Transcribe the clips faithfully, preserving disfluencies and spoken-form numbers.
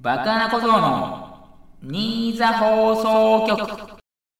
バカな小僧の新座放送局。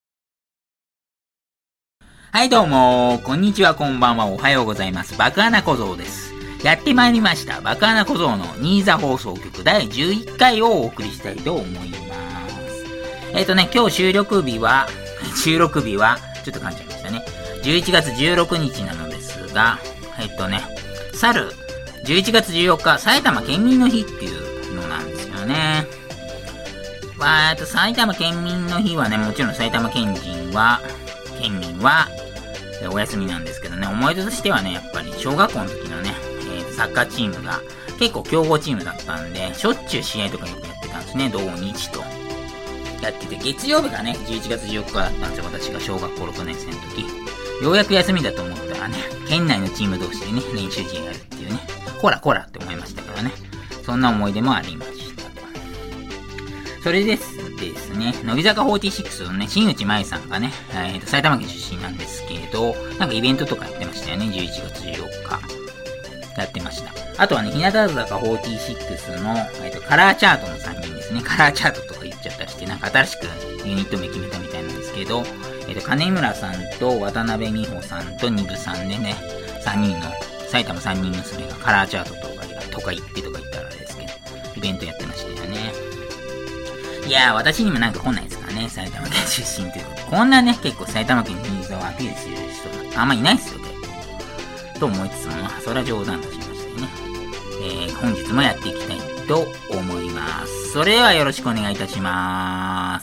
はいどうもこんにちは、こんばんは、おはようございます。バカな小僧です。やってまいりましたバカな小僧の新座放送局だいじゅういっかいをお送りしたいと思います。えっとね今日収録日は収録日はちょっと噛んじゃいましたね。じゅういちがつじゅうろくにちなのですが、えっとね去るじゅういちがつじゅうよっか埼玉県民の日っていうのなんですよね。まあ、えっと埼玉県民の日はね、もちろん埼玉県人は県民はお休みなんですけどね、思い出としてはね、やっぱり小学校の時のね、えー、サッカーチームが結構強豪チームだったんで、しょっちゅう試合とかよくやってたんですね。土日とやってて、月曜日がねじゅういちがつじゅうよっかだったんですよ。私が小学校ろくねん生の時、ようやく休みだと思ったらね、県内のチーム同士でね練習試合やるっていうね、こらこらって思いましたからね。そんな思い出もありましたと。それですですね、乃木坂フォーティーシックスのね、新内舞さんがね、えーと、埼玉県出身なんですけど、なんかイベントとかやってましたよね。じゅういちがつじゅうよっかやってました。あとはね、日向坂フォーティーシックスの、えーと、カラーチャートのさんにんですね。カラーチャートとか言っちゃったりして、なんか新しくユニット名決めたみたいなんですけど、えーと、金村さんと渡辺美穂さんとニブさんでね、さんにんの埼玉さんにん娘がカラーチャートとかとか言ってとか言ったらあれですけど、イベントやってましたよね。いやー、私にもなんか来ないですからね、埼玉県出身ということで。こんなね、結構埼玉県にニーズをアピールしてる人があんまいないですよ、結構。と思いつつも、それは冗談としましてね。えー、本日もやっていきたいと思います。それではよろしくお願いいたします。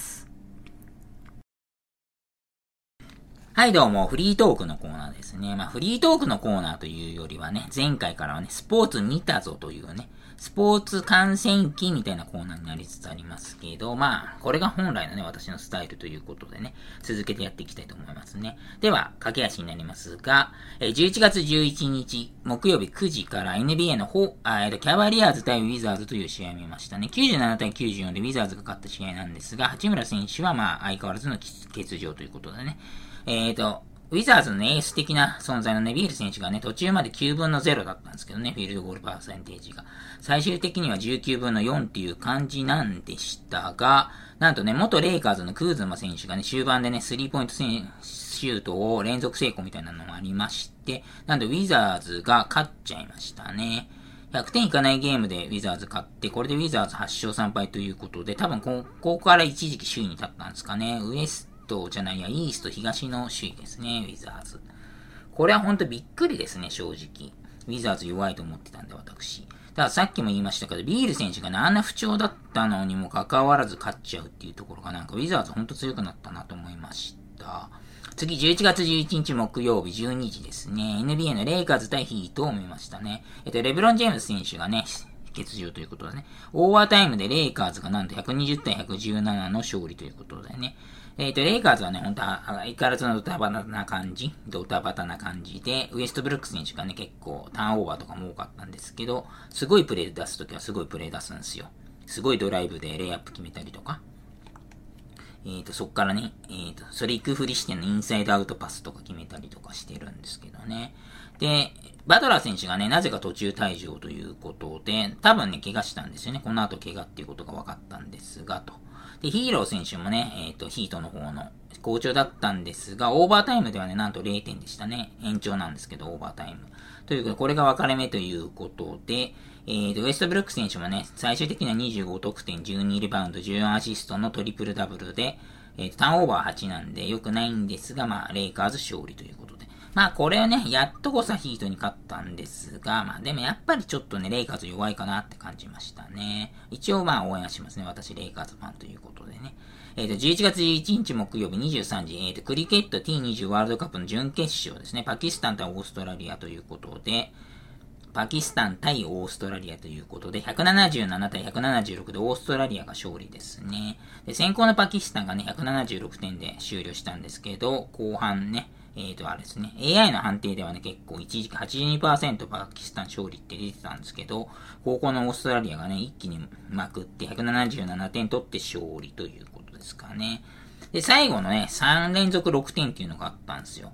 はいどうも、フリートークのコーナーですね。まあフリートークのコーナーというよりはね、前回からはね、スポーツ見たぞというね、スポーツ観戦記みたいなコーナーになりつつありますけど、まあ、これが本来のね、私のスタイルということでね、続けてやっていきたいと思いますね。では、駆け足になりますが、じゅういちがつじゅういちにち、木曜日くじから エヌビーエー の方、あえっと、キャバリアーズ対ウィザーズという試合を見ましたね。きゅうじゅうななたいきゅうじゅうよんでウィザーズが勝った試合なんですが、八村選手はまあ、相変わらずの欠場ということでね、えっと、ウィザーズの、ね、エース的な存在のネビール選手がね、途中まできゅうぶんのゼロだったんですけどね、フィールドゴールパーセンテージが。最終的にはじゅうきゅうぶんのよんっていう感じなんでしたが、なんとね、元レイカーズのクーズマ選手がね、終盤でね、スリーポイントシュートを連続成功みたいなのがありまして、なんでウィザーズが勝っちゃいましたね。ひゃくてんいかないゲームでウィザーズ勝って、これでウィザーズはちしょうさんぱいということで、多分ここから一時期首位に立ったんですかね。ウエストじゃないや、イースト東の首位ですね、ウィザーズ。これはほんとびっくりですね、正直。ウィザーズ弱いと思ってたんで、私。たださっきも言いましたけど、ビール選手がね、あんな不調だったのにもかかわらず勝っちゃうっていうところがなんかウィザーズほんと強くなったなと思いました。次、じゅういちがつじゅういちにち木曜日じゅうにじですね。エヌビーエー のレイカーズ対ヒートを見ましたね。えっと、レブロン・ジェームズ選手がね、欠場ということでね。オーバータイムでレイカーズがなんとひゃくにじゅうたいひゃくじゅうななの勝利ということでね。えっと、レイカーズはね、ほんと、相変わらずのドタバタな感じ、ドタバタな感じで、ウエストブルックス選手がね、結構ターンオーバーとかも多かったんですけど、すごいプレー出すときはすごいプレー出すんですよ。すごいドライブでレイアップ決めたりとか。えっと、そっからね、えっと、それ行くふりしてのインサイドアウトパスとか決めたりとかしてるんですけどね。で、バトラー選手がね、なぜか途中退場ということで、多分ね、怪我したんですよね。この後怪我っていうことが分かったんですが、と。で、ヒーロー選手もね、えっと、ヒートの方の好調だったんですが、オーバータイムではね、なんとれいてんでしたね。延長なんですけど、オーバータイム。ということで、これが分かれ目ということで、えっと、ウエストブルック選手もね、最終的にはにじゅうごとくてん、じゅうにリバウンド、じゅうよんアシストのトリプルダブルで、えっと、ターンオーバーはちなんで良くないんですが、まあ、レイカーズ勝利ということで。まあ、これはね、やっとこさヒートに勝ったんですが、まあ、でもやっぱりちょっとね、レイカーズ弱いかなって感じましたね。一応まあ、応援はしますね。私、レイカーズファンということでね。えっと、じゅういちがつじゅういちにち木曜日にじゅうさんじ、えっと、クリケット ティーにじゅう ワールドカップの準決勝ですね。パキスタン対オーストラリアということで、パキスタン対オーストラリアということで、ひゃくななじゅうななたいひゃくななじゅうろくでオーストラリアが勝利ですね。で、先行のパキスタンがね、ひゃくななじゅうろくてんで終了したんですけど、後半ね、えーと、あれですね、エーアイ の判定ではね、結構一時期 はちじゅうにパーセント パキスタン勝利って出てたんですけど、後攻のオーストラリアがね、一気にまくってひゃくななじゅうななてん取って勝利ということですかね。で、最後のね、さんれんぞくろくてんっていうのがあったんですよ。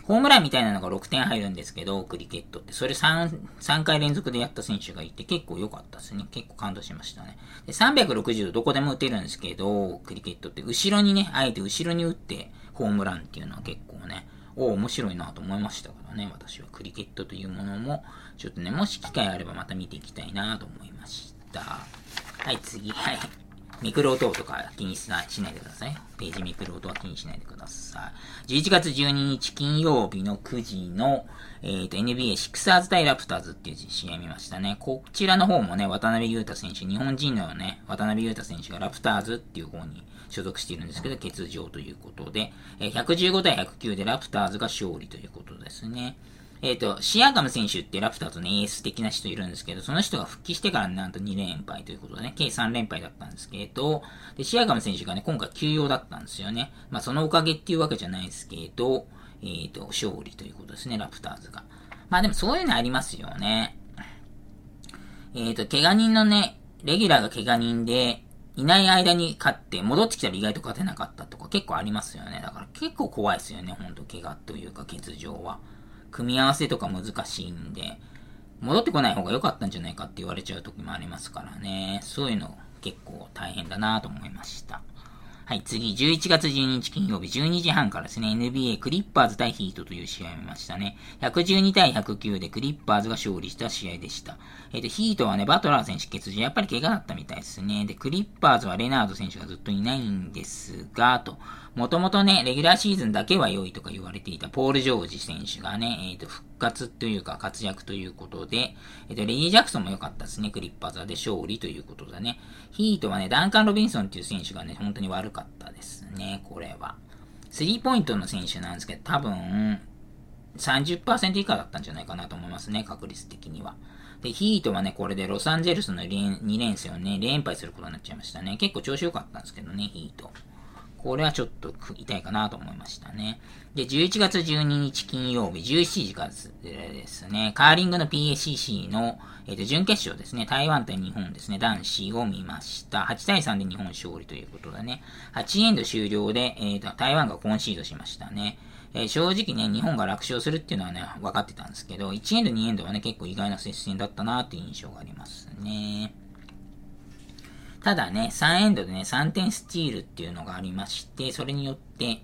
ホームランみたいなのがろくてん入るんですけど、クリケットって。それさん、さんかい連続でやった選手がいて結構良かったですね。結構感動しましたね。で、さんびゃくろくじゅうどどこでも打てるんですけど、クリケットって後ろにね、あえて後ろに打ってホームランっていうのは結構ね、お面白いなと思いましたからね。私はクリケットというものも、ちょっとね、もし機会あればまた見ていきたいなと思いました。はい、次。はい。めくる音とか気にしないでください。ページめくる音は気にしないでください。じゅういちがつじゅうににち金曜日のくじの、えっ、ー、と、エヌビーエー シクサーズ対ラプターズっていう試合見ましたね。こちらの方もね、渡辺裕太選手、日本人のね、渡辺裕太選手がラプターズっていう方に所属しているんですけど、欠場ということで、えー、ひゃくじゅうごたいひゃくきゅうでラプターズが勝利ということですね。えっ、ー、と、シアガム選手ってラプターズのエース的な人いるんですけど、その人が復帰してからなんとにれんぱいということでね、計さんれんぱいだったんですけど、で、シアガム選手がね、今回休養だったんですよね。まあ、そのおかげっていうわけじゃないですけど、えっ、ー、と、勝利ということですね、ラプターズが。まあでもそういうのありますよね。えっ、ー、と、怪我人のね、レギュラーが怪我人で、いない間に勝って、戻ってきたら意外と勝てなかったとか結構ありますよね。だから結構怖いですよね、ほんと怪我というか欠場は。組み合わせとか難しいんで、戻ってこない方が良かったんじゃないかって言われちゃう時もありますからね。そういうの結構大変だなと思いました。はい、次、じゅういちがつじゅうににち金曜日じゅうにじはんからですね、エヌビーエー クリッパーズ対ヒートという試合を見ましたね。ひゃくじゅうにたいひゃくきゅうでクリッパーズが勝利した試合でした。えっ、ー、と、ヒートはね、バトラー選手欠場、やっぱり怪我だったみたいですね。で、クリッパーズはレナード選手がずっといないんですが、と、もともとね、レギュラーシーズンだけは良いとか言われていたポール・ジョージ選手がね、えっ、ー、と、復活というか活躍ということで、えっ、ー、と、レディ・ジャクソンも良かったですね、クリッパーズはで勝利ということだね。ヒートはね、ダンカン・ロビンソンっていう選手がね、本当に悪かったですね、これは。スリーポイントの選手なんですけど、多分、さんじゅっパーセント 以下だったんじゃないかなと思いますね、確率的には。で、ヒートはね、これでロサンゼルスのにれんせんをね、連敗することになっちゃいましたね。結構調子良かったんですけどね、ヒート。これはちょっと痛いかなと思いましたね。で、じゅういちがつじゅうににち金曜日じゅうしちじからですね、カーリングの ピーエーシーシー の、えっと、準決勝ですね、台湾対日本ですね、男子を見ました。はちたいさんで日本勝利ということでね、はちエンド終了で、えっと、台湾がコンシードしましたね。えー、正直ね、日本が楽勝するっていうのはね、分かってたんですけど、いちエンドにエンドはね、結構意外な接戦だったなっていう印象がありますね。ただね、さんエンドでね、さんてんスチールっていうのがありまして、それによって、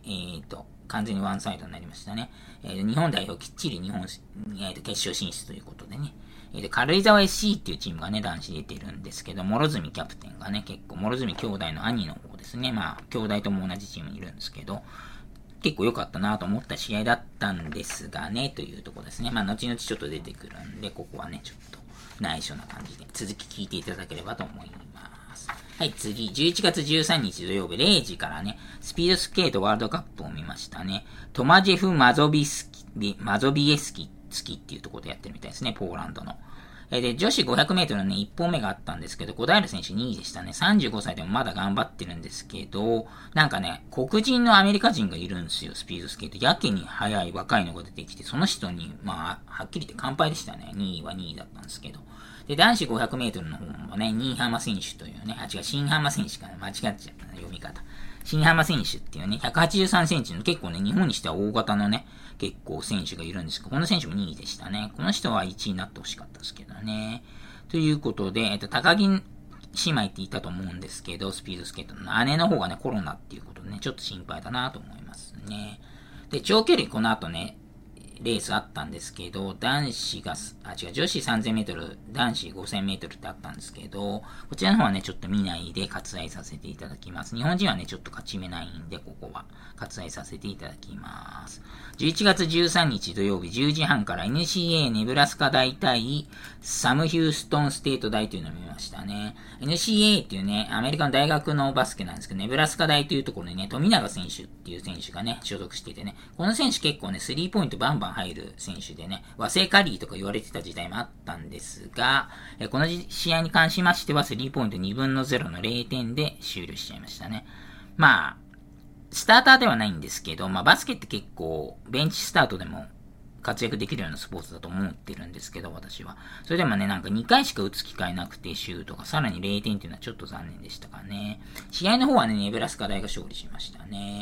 えっと、完全にワンサイドになりましたね。えー、日本代表きっちり日本、えー、と決勝進出ということでね。えー、と軽井沢 エスシー っていうチームがね、男子出てるんですけど、諸角キャプテンがね、結構、諸角兄弟の兄の方ですね。まあ、兄弟とも同じチームにいるんですけど、結構良かったなと思った試合だったんですがね、というところですね。まあ、後々ちょっと出てくるんで、ここはね、ちょっと内緒な感じで、続き聞いていただければと思います。はい、次、じゅういちがつじゅうさんにち土曜日れいじからね、スピードスケートワールドカップを見ましたね。トマジェフ・マゾビスキ、マゾビエスキ、スキっていうところでやってるみたいですね、ポーランドの。で、女子ごひゃくメートルのね、いっぽんめがあったんですけど、小平選手にいでしたね。さんじゅうごさいでもまだ頑張ってるんですけど、なんかね、黒人のアメリカ人がいるんですよ、スピードスケート。やけに速い若いのが出てきて、その人に、まあ、はっきり言って完敗でしたね。にいはにいだったんですけど。で、男子ごひゃくメートルの方もね、新浜選手というね、あ、違う、新浜選手かな、間違っちゃったな、読み方。新浜選手っていうね、ひゃくはちじゅうさんセンチの結構ね、日本にしては大型のね、結構選手がいるんですけど、この選手もにいでしたね。この人はいちいになってほしかったですけどね。ということで、えっと、高木姉妹って言ったと思うんですけど、スピードスケートの姉の方がね、コロナっていうことでね、ちょっと心配だなと思いますね。で、長距離この後ね、レースあったんですけど、男子が、あ、違う、女子さんぜんメートル、男子ごせんメートルってあったんですけど、こちらの方はね、ちょっと見ないで割愛させていただきます。日本人はね、ちょっと勝ち目ないんで、ここは割愛させていただきます。じゅういちがつじゅうさんにち土曜日じゅうじはんから エヌシーエー ネブラスカ大対サム・ヒューストンステート大というのを見ましたね。エヌシーエー っていうね、アメリカの大学のバスケなんですけど、ネブラスカ大というところにね、富永選手っていう選手がね、所属しててね、この選手結構ね、スリーポイントバンバン入る選手でね、和製カリーとか言われてた時代もあったんですが、えこの試合に関しましてはスリーポイントにぶんのゼロのれいてんで終了しちゃいましたね。まあ、スターターではないんですけど、まあバスケって結構ベンチスタートでも活躍できるようなスポーツだと思ってるんですけど、私は。それでもね、なんかにかいしか打つ機会なくて、シュートがさらにれいてんっていうのはちょっと残念でしたかね。試合の方はね、ネブラスカ大が勝利しましたね。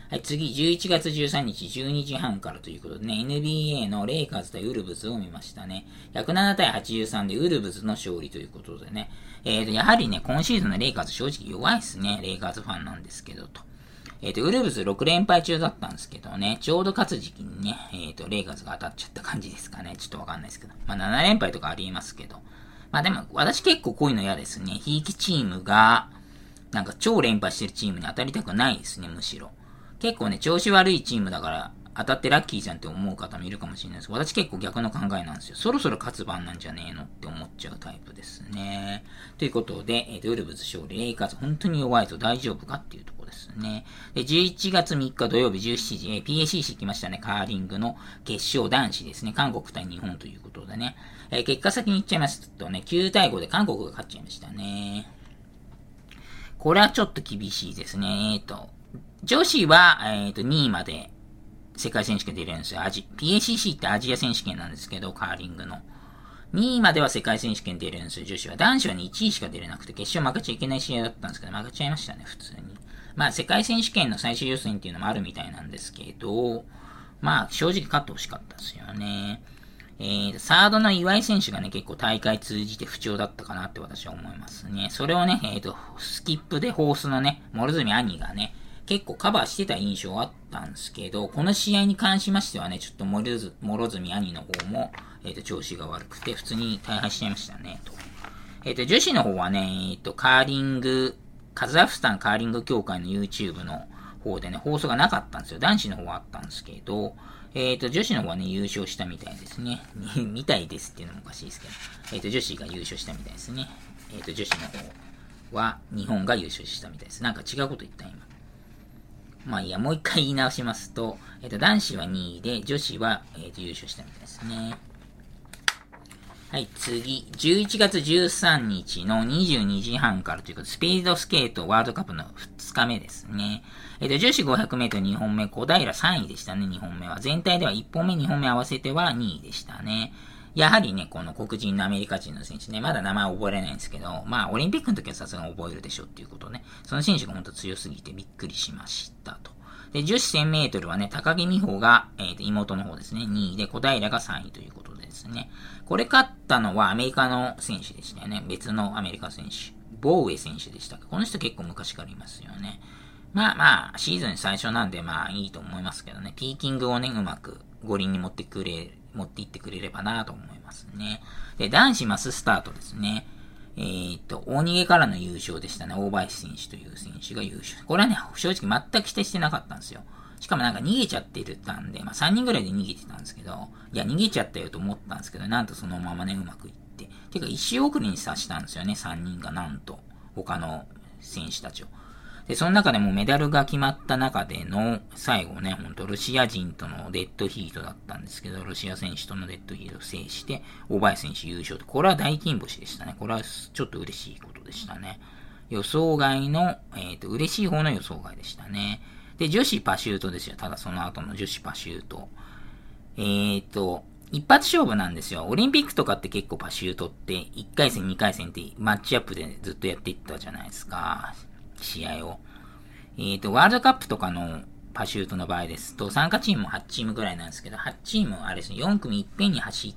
はい、次、じゅういちがつじゅうさんにちじゅうにじはんからということでね、エヌビーエー のレイカーズ対ウルブズを見ましたね。ひゃくななたいはちじゅうさんでウルブズの勝利ということでね。えーと、やはりね、今シーズンのレイカーズ正直弱いですね。レイカーズファンなんですけどと。えっ、ー、と、ウルブズろくれんぱい中だったんですけどね、ちょうど勝つ時期にね、えっ、ー、と、レイカーズが当たっちゃった感じですかね。ちょっとわかんないですけど。まあ、ななれんぱいとかありますけど。まあでも、私結構こういうの嫌ですね。ひいきチームが、なんか超連敗してるチームに当たりたくないですね、むしろ。結構ね、調子悪いチームだから、当たってラッキーじゃんって思う方もいるかもしれないですけど、私結構逆の考えなんですよ。そろそろ勝つ番なんじゃねえのって思っちゃうタイプですね。ということで、えー、ウルブズ勝利、レイカーズ本当に弱いと大丈夫かっていうところですね。で、じゅういちがつみっか土曜日じゅうしちじ、えー、ピーエーシーシー 来ましたね。カーリングの決勝男子ですね。韓国対日本ということでね。えー、結果先に言っちゃいますとね、きゅうたいごで韓国が勝っちゃいましたね。これはちょっと厳しいですね。えっと、女子は、えっと、にいまで世界選手権出れるんですよ。アジ、ピーエーシーシー ってアジア選手権なんですけど、カーリングの。にいまでは世界選手権出れるんですよ、女子は。男子はね、いちいしか出れなくて、決勝負けちゃいけない試合だったんですけど、負けちゃいましたね、普通に。まあ、世界選手権の最終予選っていうのもあるみたいなんですけど、まあ、正直勝ってほしかったですよね。えー、サードの岩井選手がね、結構大会通じて不調だったかなって私は思いますね。それをね、えっと、スキップでホースのね、諸角兄がね、結構カバーしてた印象あったんですけど、この試合に関しましてはね、ちょっと諸角兄の方も、えっと、調子が悪くて、普通に大敗しちゃいましたね、と。えっと、女子の方はね、えっと、カーリング、カザフスタンカーリング協会の YouTube の方でね、放送がなかったんですよ。男子の方はあったんですけど、えっと、女子の方はね、優勝したみたいですね。みたいですっていうのもおかしいですけど、えっと、女子が優勝したみたいですね。えっと、女子の方は、日本が優勝したみたいです。なんか違うこと言った今。まあいいや、もう一回言い直しますと、えっと、男子はにいで、女子は、えっと、優勝したみたいですね。はい、次。じゅういちがつじゅうさんにちのにじゅうにじはんからということで、スピードスケートワールドカップのふつかめですね。えっと、女子ごひゃくメートルにほんめ、小平さんいでしたね、にほんめは。全体ではいっぽんめ、にほんめ合わせてはにいでしたね。やはりね、この黒人のアメリカ人の選手ね、まだ名前覚えれないんですけど、まあ、オリンピックの時はさすがに覚えるでしょっていうことね。その選手が本当強すぎてびっくりしましたと。で、女子せんメートルはね、高木美帆が、えっと、妹の方ですね、にいで、小平がさんいということですね。これ勝ったのはアメリカの選手でしたよね。別のアメリカ選手。ボーウェ選手でしたか。この人結構昔からいますよね。まあまあ、シーズン最初なんでまあいいと思いますけどね。ピーキングをね、うまく五輪に持ってくれ、持っていってくれればなと思いますね。で、男子マススタートですね。えー、っと、大逃げからの優勝でしたね。大林選手という選手が優勝。これはね、正直全く期待してなかったんですよ。しかもなんか逃げちゃってたんで、まあさんにんぐらいで逃げてたんですけど、いや逃げちゃったよと思ったんですけど、なんとそのままね、うまくいって。てか一周遅れにさしたんですよね、さんにんがなんと。他の選手たちを。で、その中でもメダルが決まった中での、最後ね、ほんとロシア人とのデッドヒートだったんですけど、ロシア選手とのデッドヒートを制して、大林選手優勝と。これは大金星でしたね。これはちょっと嬉しいことでしたね。予想外の、えっと、嬉しい方の予想外でしたね。で、女子パシュートですよ。ただその後の女子パシュート。えーと、一発勝負なんですよ。オリンピックとかって結構パシュートっていっかい戦にかい戦ってマッチアップでずっとやっていったじゃないですか。試合を。えーと、ワールドカップとかのパシュートの場合ですと、参加チームもはちチームぐらいなんですけど、はちチームあれですね、よんくみいっぺんに走って、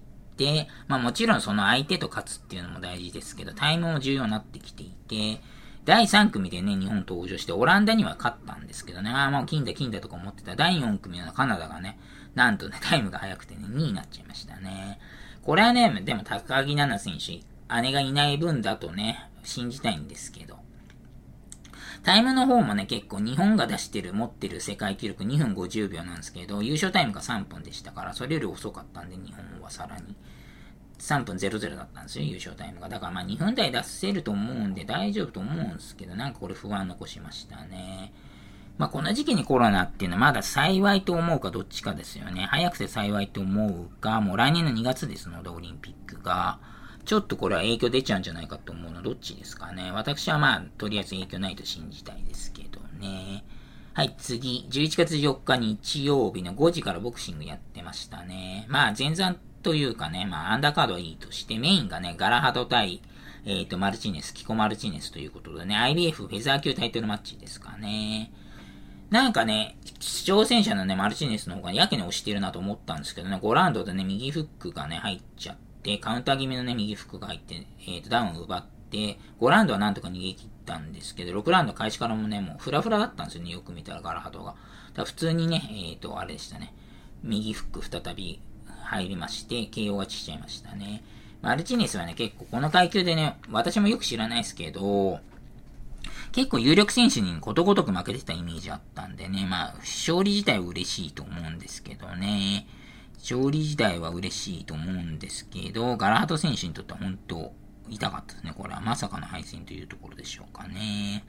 まあもちろんその相手と勝つっていうのも大事ですけど、タイムも重要になってきていて、だいさん組でね、日本登場して、オランダには勝ったんですけどね、ああ、もう金だ金だとか思ってただいよん組のカナダがね、なんとね、タイムが速くてね、にいになっちゃいましたね。これはね、でも高木菜那選手、姉がいない分だとね、信じたいんですけど、タイムの方もね、結構日本が出してる、持ってる世界記録にふんごじゅうびょうなんですけど、優勝タイムがさんぷんでしたから、それより遅かったんで、日本はさらに。さんぷんゼロゼロだったんですよ、優勝タイムが。だからまあにふん台出せると思うんで大丈夫と思うんですけど、なんかこれ不安残しましたね。まあこの時期にコロナっていうのはまだ幸いと思うかどっちかですよね。早くて幸いと思うか、もう来年のにがつですので、オリンピックが。ちょっとこれは影響出ちゃうんじゃないかと思うのどっちですかね。私はまあ、とりあえず影響ないと信じたいですけどね。はい、次。じゅういちがつよっか日曜日のごじからボクシングやってましたね。まあ、前山というかね、まあ、アンダーカードはいいとして、メインがね、ガラハド対、えっと、マルチネス、キコマルチネスということでね、アイビーエフ フェザー級タイトルマッチですかね。 なんかね、挑戦者のね、マルチネスの方がやけに押してるなと思ったんですけどね、ごラウンドでね、右フックがね、入っちゃって、カウンター気味のね、右フックが入って、えっ、ー、と、ダウンを奪って、ごラウンドはなんとか逃げ切ったんですけど、ろくラウンド開始からもね、もうフラフラだったんですよね、よく見たらガラハドが。だから普通にね、えっ、ー、と、あれでしたね、右フック再び入りまして、ケーオー 勝ちしちゃいましたね。マルチネスはね、結構この階級でね、私もよく知らないですけど、結構有力選手にことごとく負けてたイメージあったんでね、まあ、勝利自体は嬉しいと思うんですけどね。勝利自体は嬉しいと思うんですけど、ガラハト選手にとっては本当痛かったですね。これはまさかの敗戦というところでしょうかね。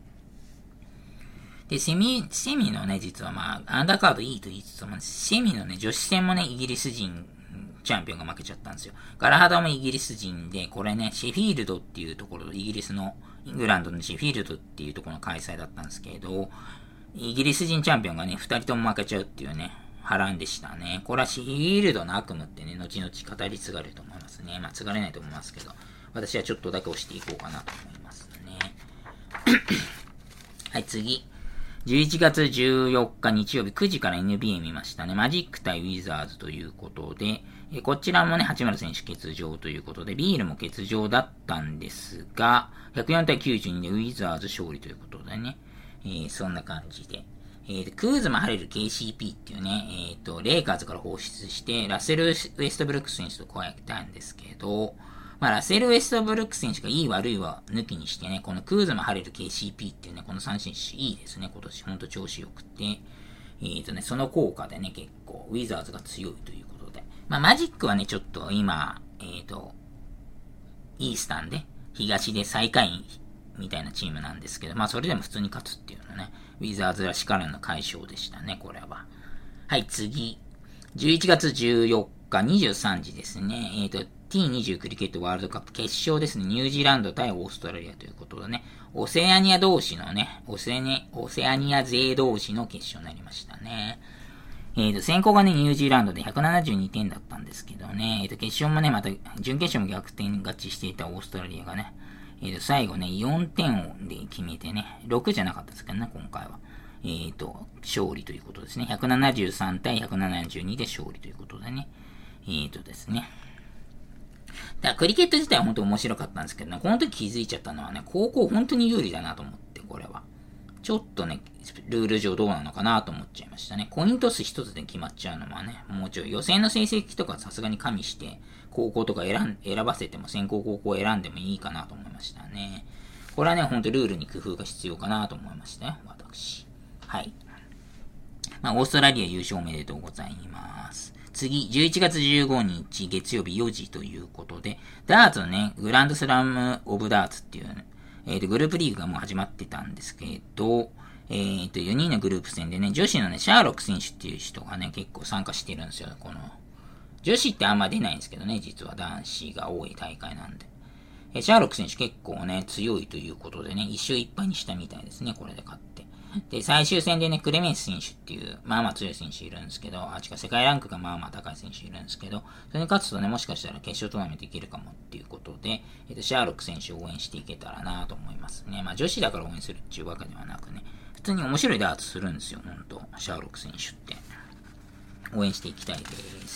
で、セミ、セミのね、実はまあ、アンダーカードいいと言いつつも、セミのね、女子戦もね、イギリス人、チャンピオンが負けちゃったんですよ。ガラハドもイギリス人で、これね、シェフィールドっていうところ、イギリスの、イングランドのシェフィールドっていうところの開催だったんですけど、イギリス人チャンピオンがね、二人とも負けちゃうっていうね、波乱でしたね。これはシェフィールドの悪夢ってね、後々語り継がれると思いますね。まあ、継がれないと思いますけど、私はちょっとだけ押していこうかなと思いますね。はい、次。じゅういちがつじゅうよっか日曜日くじから エヌビーエー 見ましたね。マジック対ウィザーズということで、えこちらもね、八村選手欠場ということで、ビールも欠場だったんですが、ひゃくよんたいきゅうじゅうにでウィザーズ勝利ということでね、えー、そんな感じで。えー、クーズマ・ハレル ケーシーピー っていうね、えっ、ー、と、レイカーズから放出して、ラッセル・ウエストブルックス選手と加えたんですけど、まあ、ラッセル・ウエストブルックス選手がいい悪いは抜きにしてね、このクーズマ・ハレル ケーシーピー っていうね、このさん選手いいですね、今年。ほんと調子良くて。えっ、ー、とね、その効果でね、結構、ウィザーズが強いということで。まあ、マジックはね、ちょっと今、えっ、ー、と、イースタンで、東で最下位みたいなチームなんですけど、まあ、それでも普通に勝つっていうのね、ウィザーズらしからぬ解消でしたね、これは。はい、次。じゅういちがつじゅうよっかにじゅうさんじですね。えっ、ー、と、ティーにじゅう クリケットワールドカップ決勝ですね。ニュージーランド対オーストラリアということでね。オセアニア同士のね、オセネ、オセアニア勢同士の決勝になりましたね。えっ、ー、と、先行がね、ニュージーランドでひゃくななじゅうにてんだったんですけどね。えっ、ー、と、決勝もね、また、準決勝も逆転勝ちしていたオーストラリアがね、えっ、ー、と、最後ね、よんてんで決めてね、ろくじゃなかったですけどね、今回は。えっ、ー、と、勝利ということですね。ひゃくななじゅうさんたいひゃくななじゅうにで勝利ということでね。えっ、ー、とですね。だからクリケット自体は本当面白かったんですけどね、この時気づいちゃったのはね、高校本当に有利だなと思って、これは。ちょっとね、ルール上どうなのかなと思っちゃいましたね。コイントス一つで決まっちゃうのはね、もうちょい予選の成績とかさすがに加味して、高校とか選ん選ばせても先行高校を選んでもいいかなと思いましたね。これはね、ほんとルールに工夫が必要かなと思いましたよ、私。はい。まあ、オーストラリア優勝おめでとうございます。次、じゅういちがつじゅうごにち月曜日よじということで、ダーツのね、グランドスラムオブダーツっていう、ね、えっ、ー、と、グループリーグがもう始まってたんですけど、えっ、ー、と、よにんのグループ戦でね、女子のね、シャーロック選手っていう人がね、結構参加してるんですよ。この、女子ってあんま出ないんですけどね、実は男子が多い大会なんで。えシャーロック選手結構ね、強いということでね、一勝一敗にしたみたいですね、これで勝って。で、最終戦でね、クレメンス選手っていう、まあまあ強い選手いるんですけど、あ、違う、世界ランクがまあまあ高い選手いるんですけど、それに勝つとね、もしかしたら決勝トーナメントいけるかもっていうことで、えっと、シャーロック選手を応援していけたらなと思いますね。まあ女子だから応援するっていうわけではなくね、普通に面白いダーツするんですよ、ほんと。シャーロック選手って。応援していきたいです。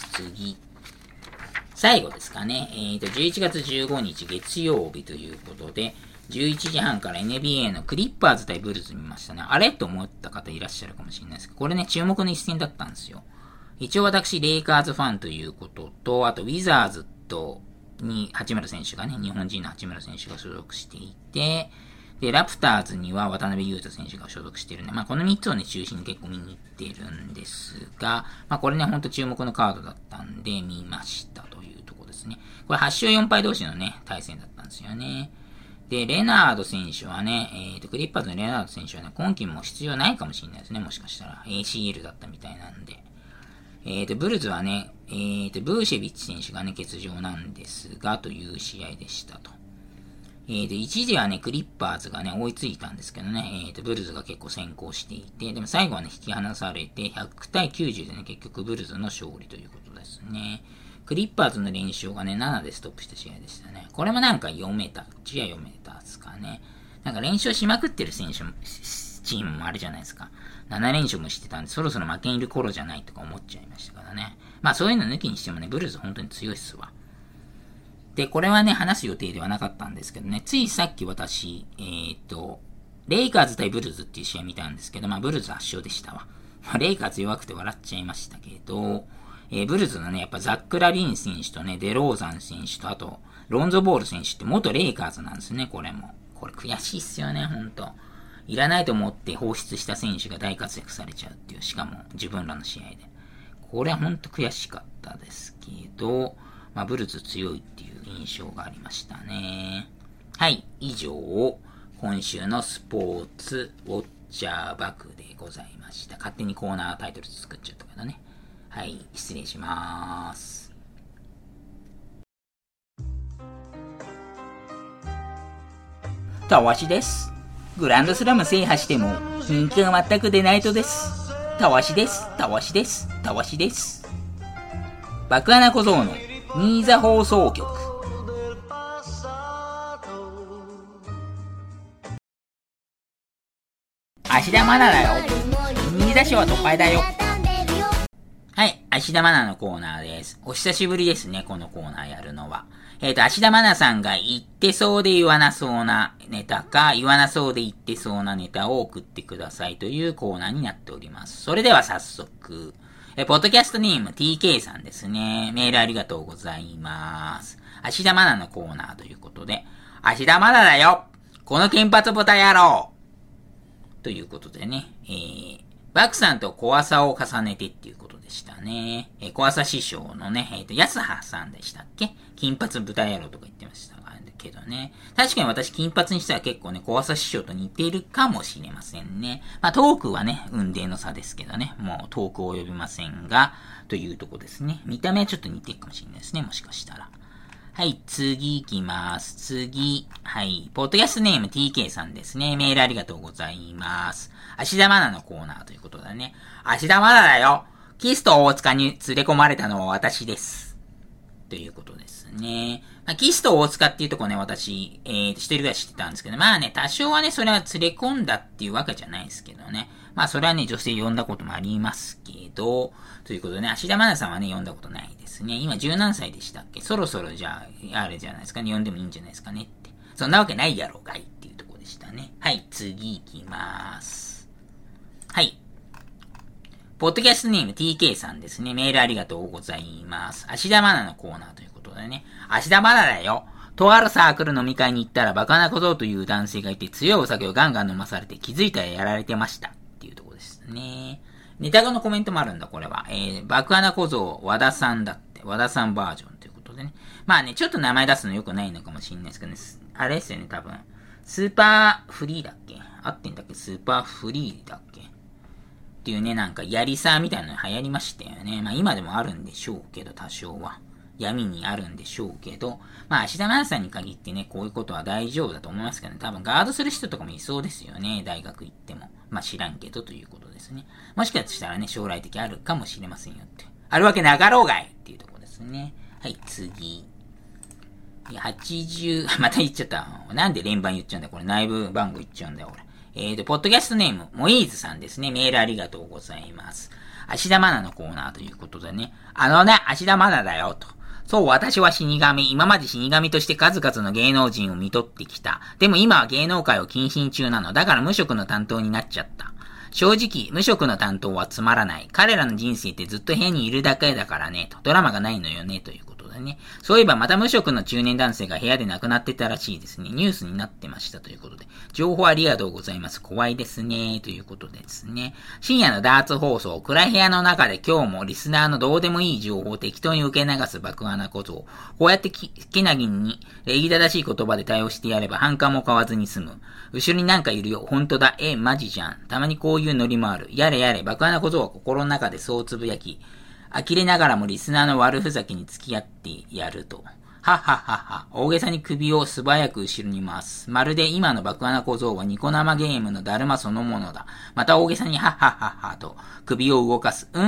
次。最後ですかね。えっと、じゅういちがつじゅうごにち月曜日ということで、じゅういちじはんから エヌビーエー のクリッパーズ対ブルズ見ましたね。あれと思った方いらっしゃるかもしれないですけど、これね、注目の一戦だったんですよ。一応私、レイカーズファンということと、あと、ウィザーズと、に、八村選手がね、日本人の八村選手が所属していて、で、ラプターズには渡辺裕太選手が所属しているんで、まあ、このみっつをね、中心に結構見に行ってるんですが、まあ、これね、ほんと注目のカードだったんで、見ましたというところですね。これはち勝よん敗同士のね、対戦だったんですよね。で、レナード選手はね、えっと、クリッパーズのレナード選手はね、今季も出場ないかもしれないですね、もしかしたら。エーシーエル だったみたいなんで。えっと、ブルズはね、えっと、ブーシェビッチ選手がね、欠場なんですが、という試合でしたと。えっと、一時はね、クリッパーズがね、追いついたんですけどね、えっと、ブルズが結構先行していて、でも最後はね、引き離されて、ひゃくたいきゅうじゅうでね、結局ブルズの勝利ということですね。クリッパーズの連勝がね、ななでストップした試合でしたね。これもなんか読めた。試合読めたですかね。なんか連勝しまくってる選手も、 チームもあるじゃないですか。なな連勝もしてたんで、そろそろ負けんいる頃じゃないとか思っちゃいましたからね。まあそういうの抜きにしてもね、ブルーズ本当に強いっすわ。で、これはね、話す予定ではなかったんですけどね、ついさっき私、えーっと、レイカーズ対ブルーズっていう試合見たんですけど、まあブルーズ圧勝でしたわ。レイカーズ弱くて笑っちゃいましたけど、えー、ブルーズのね、やっぱザック・ラリン選手とね、デローザン選手と、あと、ロンゾ・ボール選手って元レイカーズなんですね、これも。これ悔しいっすよね、ほんと。いらないと思って放出した選手が大活躍されちゃうっていう、しかも自分らの試合で。これはほんと悔しかったですけど、まあ、ブルーズ強いっていう印象がありましたね。はい、以上、今週のスポーツウォッチャーバクでございました。勝手にコーナータイトル作っちゃったけどね。はい、失礼しまーす。たわしです。グランドスラム制覇しても人気が全く出ないとです。たわしです。たわしです。たわしです。爆穴小僧の新座放送局。芦田愛菜だよ。新座市は都会だよ。はい、芦田愛菜のコーナーです。お久しぶりですね、このコーナーやるのは。えっと、芦田愛菜さんが言ってそうで言わなそうなネタか、言わなそうで言ってそうなネタを送ってくださいというコーナーになっております。それでは早速、え、ポッドキャストネーム ティーケー さんですね。メールありがとうございます。芦田愛菜のコーナーということで、芦田愛菜だよこの金髪豚野郎ということでね、えー、バクさんと小朝を重ねてっていうことでしたね。えー、小朝師匠のね、えっと、安葉さんでしたっけ金髪豚野郎とか言ってましたけどね。確かに私金髪にしては結構ね、小朝師匠と似ているかもしれませんね。まあトークはね、雲泥の差ですけどね。もうトークを及びませんが、というとこですね。見た目はちょっと似てるかもしれないですね。もしかしたら。はい、次行きます。次。はい。ポッドキャストネーム ティーケー さんですね。メールありがとうございます。芦田愛菜のコーナーということだね。芦田愛菜だよキスと大塚に連れ込まれたのは私です。ということですね。まあ、キスと大塚っていうとこね、私、えー、一人暮らししてたんですけど、まあね、多少はね、それは連れ込んだっていうわけじゃないですけどね。まあ、それはね、女性呼んだこともありますけど、ということでね、芦田愛菜さんはね、呼んだことないですね。今じゅうなんさいでしたっけそろそろじゃあ、あれじゃないですかね、呼んでもいいんじゃないですかねって。そんなわけないやろうがいっていうところでしたね。はい、次行きまーす。はい。ポッドキャストネーム ティーケー さんですね。メールありがとうございます。芦田愛菜のコーナーということでね。芦田愛菜だよ。とあるサークル飲み会に行ったらバカな小僧という男性がいて強いお酒をガンガン飲まされて気づいたらやられてました。っていうところですね。ネタ後のコメントもあるんだ、これは。えー、バカな小僧、和田さんだって。和田さんバージョンということでね。まあね、ちょっと名前出すの良くないのかもしれないですけどね。あれですよね、多分。スーパーフリーだっけ合ってんだっけスーパーフリーだっけっていうね、なんかやりさみたいなの流行りましたよね。まあ今でもあるんでしょうけど、多少は。闇にあるんでしょうけど、まあ芦田愛菜さんに限ってね、こういうことは大丈夫だと思いますけどね、多分ガードする人とかもいそうですよね、大学行っても。まあ知らんけどということですね。もしかしたらね、将来的あるかもしれませんよって。あるわけなかろうがいっていうところですね。はい、次。はちじゅう、また言っちゃった。なんで連番言っちゃうんだこれ内部番号言っちゃうんだよ、俺。えーと、ポッドキャストネーム、モイーズさんですね。メールありがとうございます。芦田愛菜のコーナーということでね。あのね、芦田愛菜だよ、と。そう、私は死神。今まで死神として数々の芸能人を見とってきた。でも今は芸能界を謹慎中なの。だから無職の担当になっちゃった。正直、無職の担当はつまらない。彼らの人生ってずっと部屋にいるだけだからね、と。ドラマがないのよね、ということでね。そういえばまた無職の中年男性が部屋で亡くなってたらしいですね。ニュースになってましたということで。情報ありがとうございます。怖いですね、ということですね。深夜のダーツ放送、暗い部屋の中で今日もリスナーのどうでもいい情報を適当に受け流す爆穴小僧。こうやってき、けなぎんに礼儀正しい言葉で対応してやれば反感も買わずに済む。後ろになんかいるよ。ほんとだ。え、マジじゃん。たまにこういうノリもある。やれやれ、爆穴小僧は心の中でそうつぶやき。呆れながらもリスナーの悪ふざけに付き合ってやると。はっはっはっは。大げさに首を素早く後ろに回す。まるで今の爆穴小僧はニコ生ゲームのだるまそのものだ。また大げさにはっはっはっはと首を動かす。うん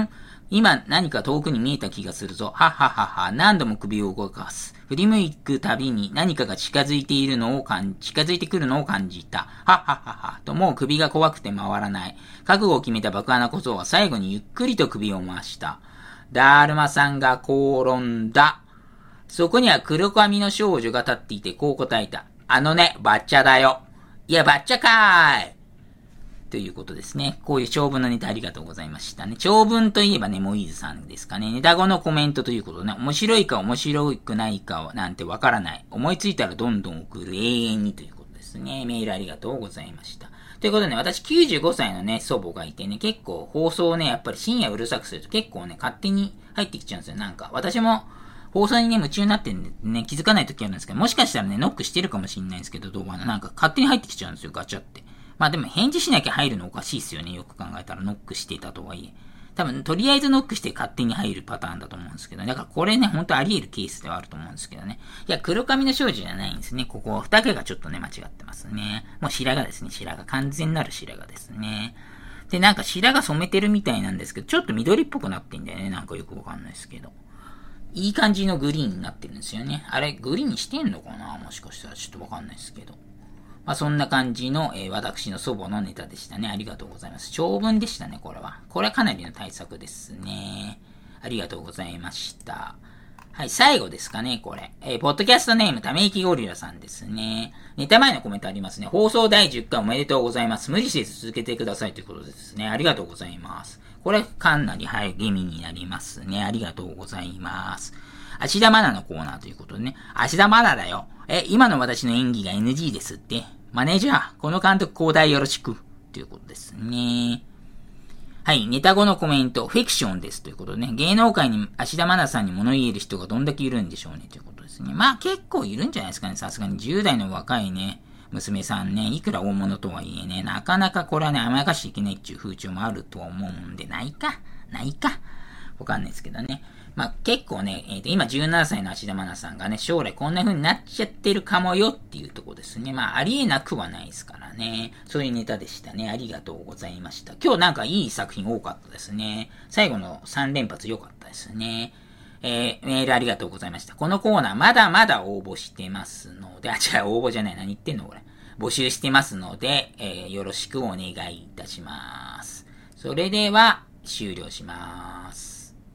今何か遠くに見えた気がするぞ。はっはっはっは。何度も首を動かす。振り向くたびに何かが近づいているのを感じ、近づいてくるのを感じた。はっはっはっは。ともう首が怖くて回らない。覚悟を決めた爆穴小僧は最後にゆっくりと首を回した。だるまさんが転んだ。そこには黒髪の少女が立っていてこう答えた。あのね、バッチャだよ。いや、バッチャかーい。ということですね。こういう長文のネタありがとうございましたね。長文といえばね、モイーズさんですかね。ネタ後のコメントということね。面白いか面白くないかなんてわからない。思いついたらどんどん送る永遠にということですね。メールありがとうございました。ということでね、私きゅうじゅうごさいのね、祖母がいてね、結構放送をね、やっぱり深夜うるさくすると結構ね、勝手に入ってきちゃうんですよ。なんか、私も放送にね、夢中になってんでね、気づかない時あるんですけど、もしかしたらね、ノックしてるかもしれないんですけど、動画のなんか勝手に入ってきちゃうんですよ、ガチャって。まあでも返事しなきゃ入るのおかしいっすよね。よく考えたらノックしていたとはいえ。多分、とりあえずノックして勝手に入るパターンだと思うんですけど、だからこれね、ほんとあり得るケースではあると思うんですけどね。いや、黒髪の少女じゃないんですね。ここ、二毛がちょっとね、間違ってますね。もう白髪ですね、白髪。完全なる白髪ですね。で、なんか白髪染めてるみたいなんですけど、ちょっと緑っぽくなってんだよね。なんかよくわかんないですけど。いい感じのグリーンになってるんですよね。あれ、グリーンにしてんのかな？もしかしたらちょっとわかんないですけど。まあ、そんな感じの、えー、私の祖母のネタでしたね。ありがとうございます。長文でしたね、これは。これはかなりの対策ですね。ありがとうございました。はい、最後ですかね、これ。えー、ポッドキャストネーム、ため息ゴリラさんですね。ネタ前のコメントありますね。放送だいじゅっかいおめでとうございます。無理せず続けてくださいということですね。ありがとうございます。これ、かなり励みになりますね。ありがとうございます。芦田愛菜のコーナーということでね。芦田愛菜だよ。え、今の私の演技が エヌジー ですって。マネージャー、この監督交代よろしく。ということですね。はい、ネタ後のコメント、フィクションですということでね。芸能界に芦田愛菜さんに物言える人がどんだけいるんでしょうねということですね。まあ結構いるんじゃないですかね。さすがにじゅう代の若いね、娘さんね、いくら大物とはいえね、なかなかこれはね、甘やかしていけないっていう風潮もあるとは思うんで、ないか、ないか。わかんないですけどね。まあ、結構ね、えーと、今じゅうななさいの芦田愛菜さんがね、将来こんな風になっちゃってるかもよっていうとこですね。まあ、ありえなくはないですからね。そういうネタでしたね。ありがとうございました。今日なんかいい作品多かったですね。最後のさん連発良かったですね。えー、メールありがとうございました。このコーナーまだまだ応募してますので、あ、違う、応募じゃない。何言ってんのこれ。募集してますので、えー、よろしくお願いいたします。それでは、終了します。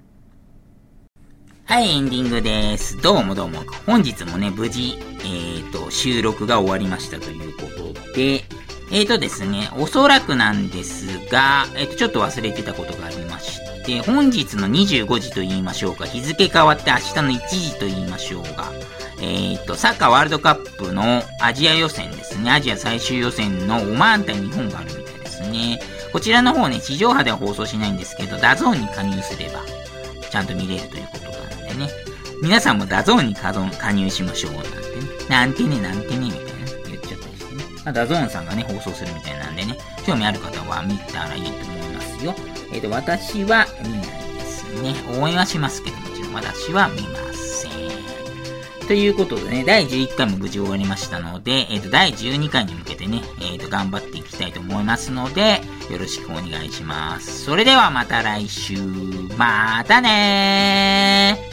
はい、エンディングです。どうもどうも。本日もね、無事、えっと、収録が終わりましたということで、えっとですね、おそらくなんですが、えっと、ちょっと忘れてたことがありまして、本日のにじゅうごじと言いましょうか、日付変わって明日のいちじと言いましょうが、えっと、サッカーワールドカップのアジア予選ですね、アジア最終予選のオマーン対日本があるみたいですね。こちらの方ね、地上波では放送しないんですけど、ダゾーンに加入すれば、ちゃんと見れるということなんでね。皆さんもダゾーンに加入しましょう、なんてね。なんてね、なんてね、みたいな言っちゃったりしてね。まあ、ダゾーンさんがね、放送するみたいなんでね、興味ある方は見たらいいと思いますよ。えっと、私は見ないですね。応援はしますけど、もちろん私は見ません。ということでね、だいじゅういっかいも無事終わりましたので、えっと、だいじゅうにかいに向けてね、えっと、頑張っていきたいと思いますので、よろしくお願いします。それではまた来週、またねー。